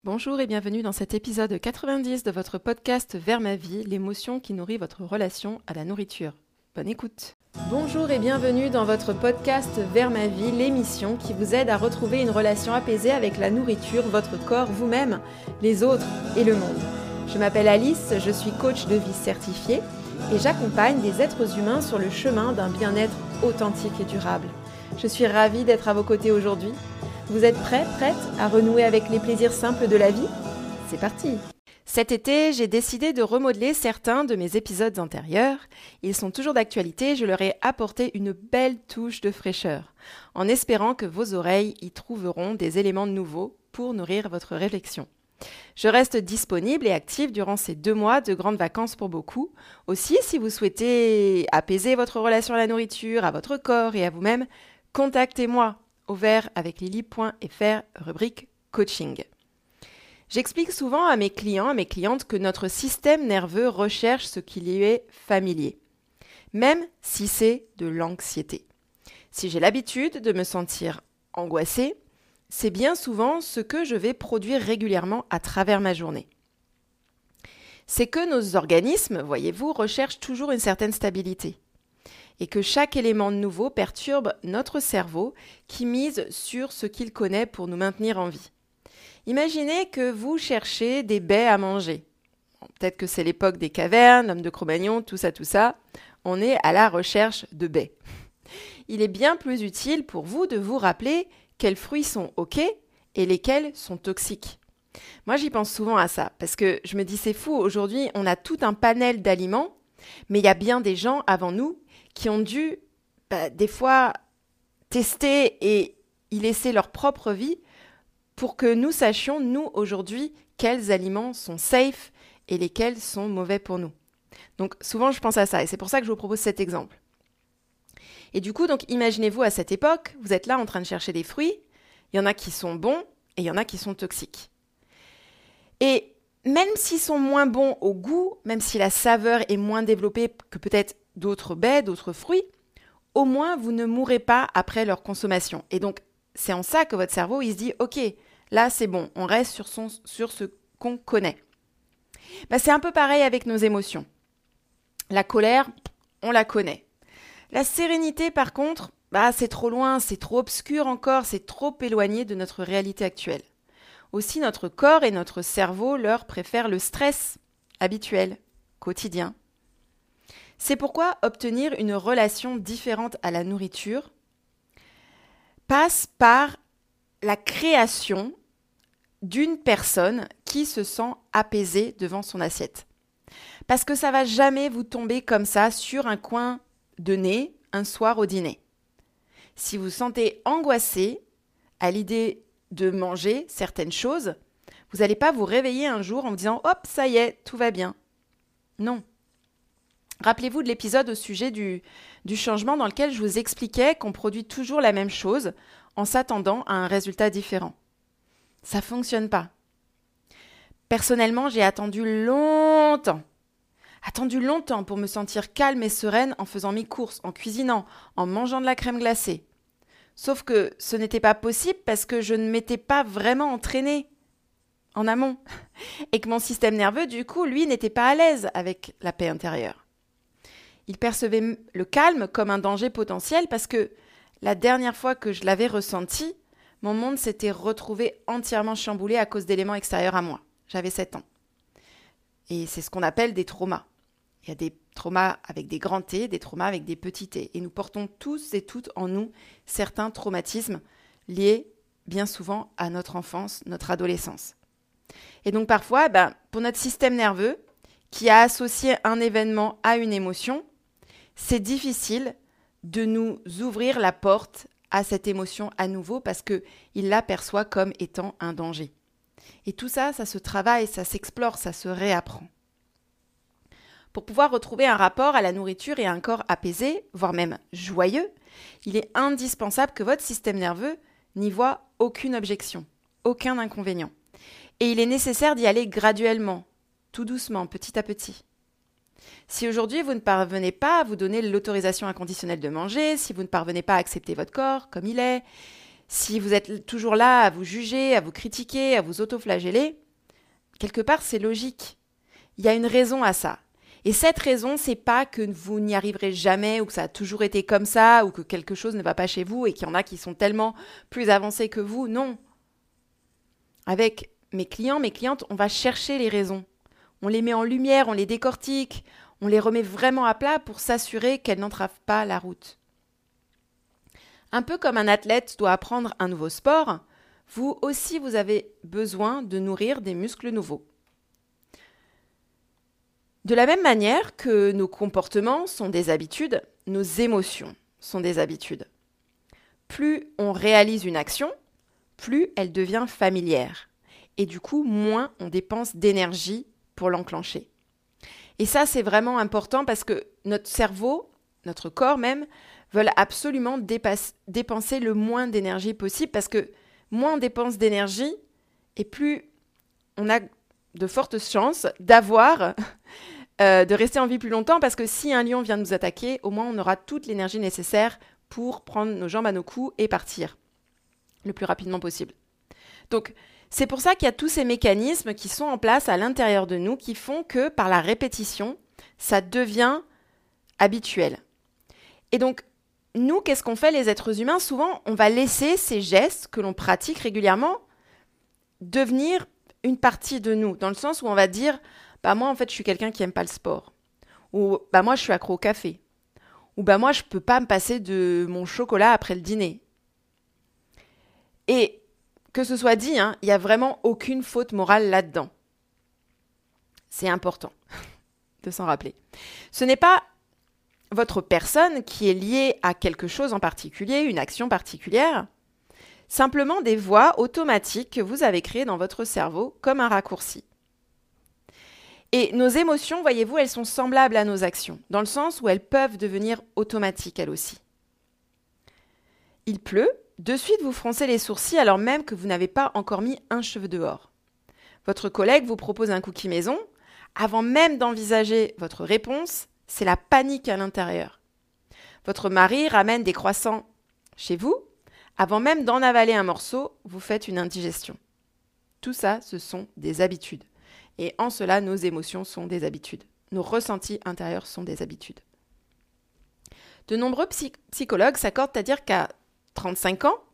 Bonjour et bienvenue dans cet épisode 90 de votre podcast Vers ma vie, l'émotion qui nourrit votre relation à la nourriture. Bonne écoute. Bonjour et bienvenue dans votre podcast Vers ma vie, l'émission qui vous aide à retrouver une relation apaisée avec la nourriture, votre corps, vous-même, les autres et le monde. Je m'appelle Alice, je suis coach de vie certifiée et j'accompagne des êtres humains sur le chemin d'un bien-être authentique et durable. Je suis ravie d'être à vos côtés aujourd'hui. Vous êtes prêts, prêtes à renouer avec les plaisirs simples de la vie ? C'est parti ! Cet été, j'ai décidé de remodeler certains de mes épisodes antérieurs. Ils sont toujours d'actualité, je leur ai apporté une belle touche de fraîcheur, en espérant que vos oreilles y trouveront des éléments nouveaux pour nourrir votre réflexion. Je reste disponible et active durant ces 2 mois de grandes vacances pour beaucoup. Aussi, si vous souhaitez apaiser votre relation à la nourriture, à votre corps et à vous-même, contactez-moi au vert avec lily.fr, rubrique coaching. J'explique souvent à mes clients, à mes clientes que notre système nerveux recherche ce qui lui est familier, même si c'est de l'anxiété. Si j'ai l'habitude de me sentir angoissée, c'est bien souvent ce que je vais produire régulièrement à travers ma journée. C'est que nos organismes, voyez-vous, recherchent toujours une certaine stabilité et que chaque élément nouveau perturbe notre cerveau qui mise sur ce qu'il connaît pour nous maintenir en vie. Imaginez que vous cherchez des baies à manger. Peut-être que c'est l'époque des cavernes, l'homme de Cro-Magnon, tout ça. On est à la recherche de baies. Il est bien plus utile pour vous de vous rappeler quels fruits sont OK et lesquels sont toxiques. Moi, j'y pense souvent à ça parce que je me dis c'est fou, aujourd'hui, on a tout un panel d'aliments, mais il y a bien des gens avant nous qui ont dû, des fois, tester et y laisser leur propre vie pour que nous sachions, nous, aujourd'hui, quels aliments sont safe et lesquels sont mauvais pour nous. Donc, souvent, je pense à ça et c'est pour ça que je vous propose cet exemple. Et du coup, donc, imaginez-vous à cette époque, vous êtes là en train de chercher des fruits, il y en a qui sont bons et il y en a qui sont toxiques. Et même s'ils sont moins bons au goût, même si la saveur est moins développée que peut-être d'autres baies, d'autres fruits, au moins vous ne mourrez pas après leur consommation. Et donc, c'est en ça que votre cerveau, il se dit « Ok, là c'est bon, on reste sur ce qu'on connaît ». C'est un peu pareil avec nos émotions. La colère, on la connaît. La sérénité, par contre, c'est trop loin, c'est trop obscur encore, c'est trop éloigné de notre réalité actuelle. Aussi, notre corps et notre cerveau leur préfèrent le stress habituel, quotidien. C'est pourquoi obtenir une relation différente à la nourriture passe par la création d'une personne qui se sent apaisée devant son assiette. Parce que ça ne va jamais vous tomber comme ça sur un coin de nez un soir au dîner. Si vous vous sentez angoissé à l'idée de manger certaines choses, vous n'allez pas vous réveiller un jour en vous disant « Hop, ça y est, tout va bien ». Non. Rappelez-vous de l'épisode au sujet du changement dans lequel je vous expliquais qu'on produit toujours la même chose en s'attendant à un résultat différent. Ça ne fonctionne pas. Personnellement, j'ai attendu longtemps pour me sentir calme et sereine en faisant mes courses, en cuisinant, en mangeant de la crème glacée. Sauf que ce n'était pas possible parce que je ne m'étais pas vraiment entraînée en amont et que mon système nerveux, du coup, lui, n'était pas à l'aise avec la paix intérieure. Il percevait le calme comme un danger potentiel parce que la dernière fois que je l'avais ressenti, mon monde s'était retrouvé entièrement chamboulé à cause d'éléments extérieurs à moi. J'avais 7 ans. Et c'est ce qu'on appelle des traumas. Il y a des traumas avec des grands T, des traumas avec des petits T. Et nous portons tous et toutes en nous certains traumatismes liés bien souvent à notre enfance, notre adolescence. Et donc parfois, pour notre système nerveux, qui a associé un événement à une émotion, c'est difficile de nous ouvrir la porte à cette émotion à nouveau parce qu'il l'aperçoit comme étant un danger. Et tout ça, ça se travaille, ça s'explore, ça se réapprend. Pour pouvoir retrouver un rapport à la nourriture et à un corps apaisé, voire même joyeux, il est indispensable que votre système nerveux n'y voit aucune objection, aucun inconvénient. Et il est nécessaire d'y aller graduellement, tout doucement, petit à petit. Si aujourd'hui vous ne parvenez pas à vous donner l'autorisation inconditionnelle de manger, si vous ne parvenez pas à accepter votre corps comme il est, Si vous êtes toujours là à vous juger, à vous critiquer, à vous autoflageller, quelque part, c'est logique. Il y a une raison à ça. Et cette raison, c'est pas que vous n'y arriverez jamais ou que ça a toujours été comme ça ou que quelque chose ne va pas chez vous et qu'il y en a qui sont tellement plus avancés que vous. Non. Avec mes clients, mes clientes, on va chercher les raisons. On les met en lumière, on les décortique, on les remet vraiment à plat pour s'assurer qu'elles n'entravent pas la route. Un peu comme un athlète doit apprendre un nouveau sport, vous aussi vous avez besoin de nourrir des muscles nouveaux. De la même manière que nos comportements sont des habitudes, nos émotions sont des habitudes. Plus on réalise une action, plus elle devient familière. Et du coup, moins on dépense d'énergie pour l'enclencher. Et ça, c'est vraiment important parce que notre cerveau, notre corps même, veulent absolument dépenser le moins d'énergie possible parce que moins on dépense d'énergie et plus on a de fortes chances de rester en vie plus longtemps parce que si un lion vient nous attaquer, au moins on aura toute l'énergie nécessaire pour prendre nos jambes à nos cous et partir le plus rapidement possible. Donc, c'est pour ça qu'il y a tous ces mécanismes qui sont en place à l'intérieur de nous qui font que par la répétition, ça devient habituel. Et donc, nous, qu'est-ce qu'on fait les êtres humains? Souvent, on va laisser ces gestes que l'on pratique régulièrement devenir une partie de nous, dans le sens où on va dire moi, en fait, je suis quelqu'un qui n'aime pas le sport. Ou moi, je suis accro au café. Ou moi, je ne peux pas me passer de mon chocolat après le dîner. Et que ce soit dit, il n'y a vraiment aucune faute morale là-dedans. C'est important de s'en rappeler. Ce n'est pas votre personne qui est liée à quelque chose en particulier, une action particulière, simplement des voies automatiques que vous avez créées dans votre cerveau comme un raccourci. Et nos émotions, voyez-vous, elles sont semblables à nos actions, dans le sens où elles peuvent devenir automatiques elles aussi. Il pleut, de suite vous froncez les sourcils alors même que vous n'avez pas encore mis un cheveu dehors. Votre collègue vous propose un cookie maison, avant même d'envisager votre réponse, c'est la panique à l'intérieur. Votre mari ramène des croissants chez vous, avant même d'en avaler un morceau, vous faites une indigestion. Tout ça, ce sont des habitudes. Et en cela, nos émotions sont des habitudes. Nos ressentis intérieurs sont des habitudes. De nombreux psychologues s'accordent à dire qu'à 35 ans,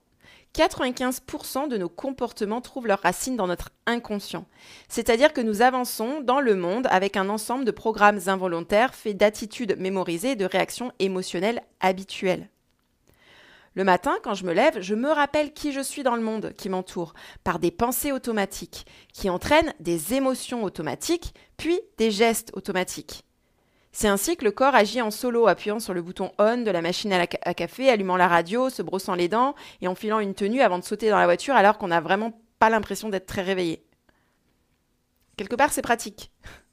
95% de nos comportements trouvent leurs racines dans notre inconscient. C'est-à-dire que nous avançons dans le monde avec un ensemble de programmes involontaires faits d'attitudes mémorisées et de réactions émotionnelles habituelles. Le matin, quand je me lève, je me rappelle qui je suis dans le monde qui m'entoure, par des pensées automatiques, qui entraînent des émotions automatiques, puis des gestes automatiques. C'est ainsi que le corps agit en solo, appuyant sur le bouton on de la machine à café, allumant la radio, se brossant les dents et enfilant une tenue avant de sauter dans la voiture alors qu'on n'a vraiment pas l'impression d'être très réveillé. Quelque part, c'est pratique.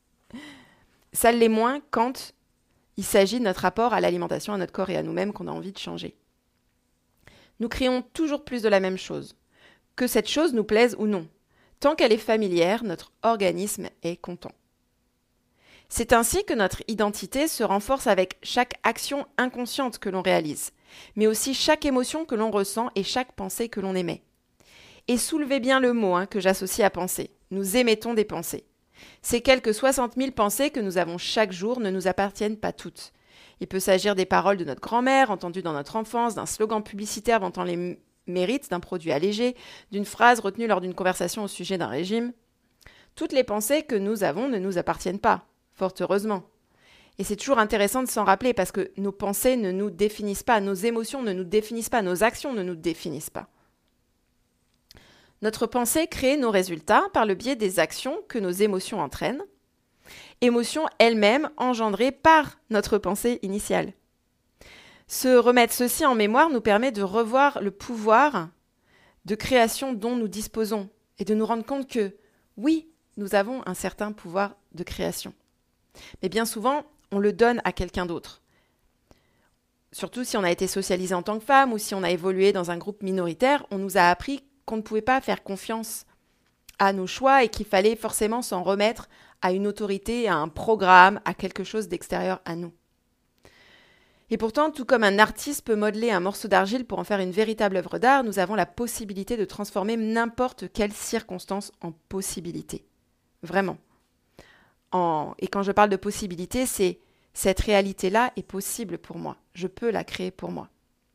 Ça l'est moins quand il s'agit de notre rapport à l'alimentation, à notre corps et à nous-mêmes qu'on a envie de changer. Nous créons toujours plus de la même chose. Que cette chose nous plaise ou non. Tant qu'elle est familière, notre organisme est content. C'est ainsi que notre identité se renforce avec chaque action inconsciente que l'on réalise, mais aussi chaque émotion que l'on ressent et chaque pensée que l'on émet. Et soulevez bien le mot que j'associe à penser. Nous émettons des pensées. Ces quelques 60 000 pensées que nous avons chaque jour ne nous appartiennent pas toutes. Il peut s'agir des paroles de notre grand-mère, entendues dans notre enfance, d'un slogan publicitaire vantant les mérites d'un produit allégé, d'une phrase retenue lors d'une conversation au sujet d'un régime. Toutes les pensées que nous avons ne nous appartiennent pas, fort heureusement. Et c'est toujours intéressant de s'en rappeler parce que nos pensées ne nous définissent pas, nos émotions ne nous définissent pas, nos actions ne nous définissent pas. Notre pensée crée nos résultats par le biais des actions que nos émotions entraînent, émotions elles-mêmes engendrées par notre pensée initiale. Se remettre ceci en mémoire nous permet de revoir le pouvoir de création dont nous disposons et de nous rendre compte que, oui, nous avons un certain pouvoir de création. Mais bien souvent, on le donne à quelqu'un d'autre. Surtout si on a été socialisé en tant que femme ou si on a évolué dans un groupe minoritaire, on nous a appris qu'on ne pouvait pas faire confiance à nos choix et qu'il fallait forcément s'en remettre à une autorité, à un programme, à quelque chose d'extérieur à nous. Et pourtant, tout comme un artiste peut modeler un morceau d'argile pour en faire une véritable œuvre d'art, nous avons la possibilité de transformer n'importe quelle circonstance en possibilité. Vraiment. Et quand je parle de possibilité, c'est cette réalité-là est possible pour moi. Je peux la créer pour moi.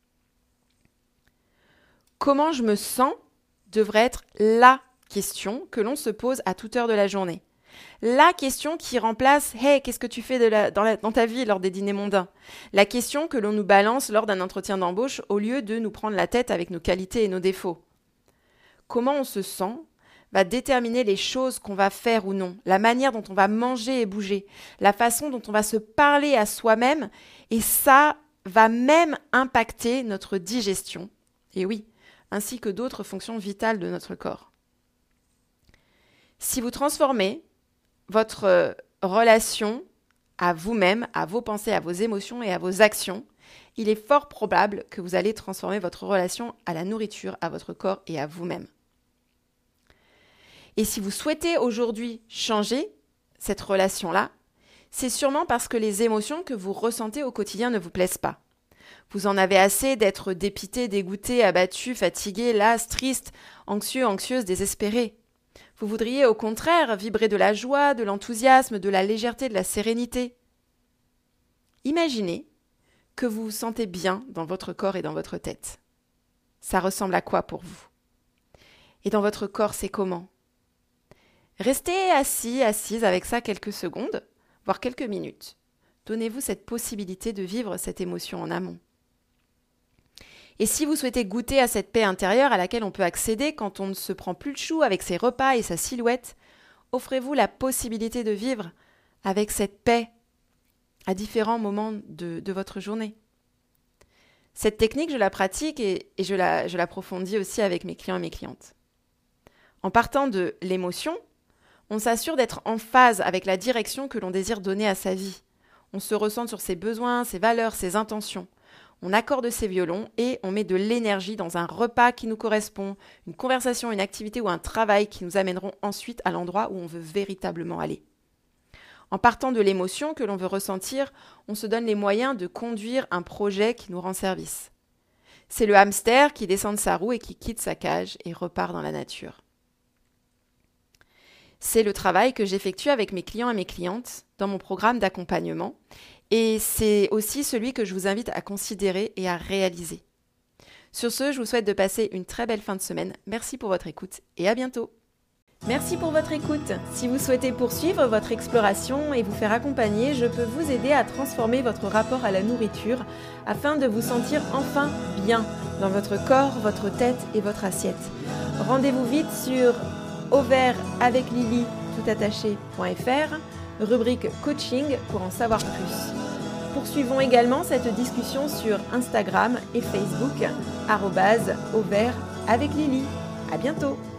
Comment je me sens devrait être la question que l'on se pose à toute heure de la journée. La question qui remplace « Hey, qu'est-ce que tu fais dans ta vie lors des dîners mondains ?» La question que l'on nous balance lors d'un entretien d'embauche au lieu de nous prendre la tête avec nos qualités et nos défauts. Comment on se sent va déterminer les choses qu'on va faire ou non, la manière dont on va manger et bouger, la façon dont on va se parler à soi-même, et ça va même impacter notre digestion, et oui, ainsi que d'autres fonctions vitales de notre corps. Si vous transformez votre relation à vous-même, à vos pensées, à vos émotions et à vos actions, il est fort probable que vous allez transformer votre relation à la nourriture, à votre corps et à vous-même. Et si vous souhaitez aujourd'hui changer cette relation-là, c'est sûrement parce que les émotions que vous ressentez au quotidien ne vous plaisent pas. Vous en avez assez d'être dépité, dégoûté, abattu, fatigué, las, triste, anxieux, anxieuse, désespéré. Vous voudriez au contraire vibrer de la joie, de l'enthousiasme, de la légèreté, de la sérénité. Imaginez que vous vous sentez bien dans votre corps et dans votre tête. Ça ressemble à quoi pour vous? Et dans votre corps, c'est comment? Restez assis, assise avec ça quelques secondes, voire quelques minutes. Donnez-vous cette possibilité de vivre cette émotion en amont. Et si vous souhaitez goûter à cette paix intérieure à laquelle on peut accéder quand on ne se prend plus le chou avec ses repas et sa silhouette, offrez-vous la possibilité de vivre avec cette paix à différents moments de votre journée. Cette technique, je la pratique et je l'approfondis aussi avec mes clients et mes clientes. En partant de l'émotion, on s'assure d'être en phase avec la direction que l'on désire donner à sa vie. On se ressent sur ses besoins, ses valeurs, ses intentions. On accorde ses violons et on met de l'énergie dans un repas qui nous correspond, une conversation, une activité ou un travail qui nous amèneront ensuite à l'endroit où on veut véritablement aller. En partant de l'émotion que l'on veut ressentir, on se donne les moyens de conduire un projet qui nous rend service. C'est le hamster qui descend de sa roue et qui quitte sa cage et repart dans la nature. C'est le travail que j'effectue avec mes clients et mes clientes dans mon programme d'accompagnement et c'est aussi celui que je vous invite à considérer et à réaliser. Sur ce, je vous souhaite de passer une très belle fin de semaine. Merci pour votre écoute et à bientôt. Merci pour votre écoute. Si vous souhaitez poursuivre votre exploration et vous faire accompagner, je peux vous aider à transformer votre rapport à la nourriture afin de vous sentir enfin bien dans votre corps, votre tête et votre assiette. Rendez-vous vite sur auvertaveclily.fr, rubrique coaching pour en savoir plus. Poursuivons également cette discussion sur Instagram et Facebook @auvertaveclily. À bientôt.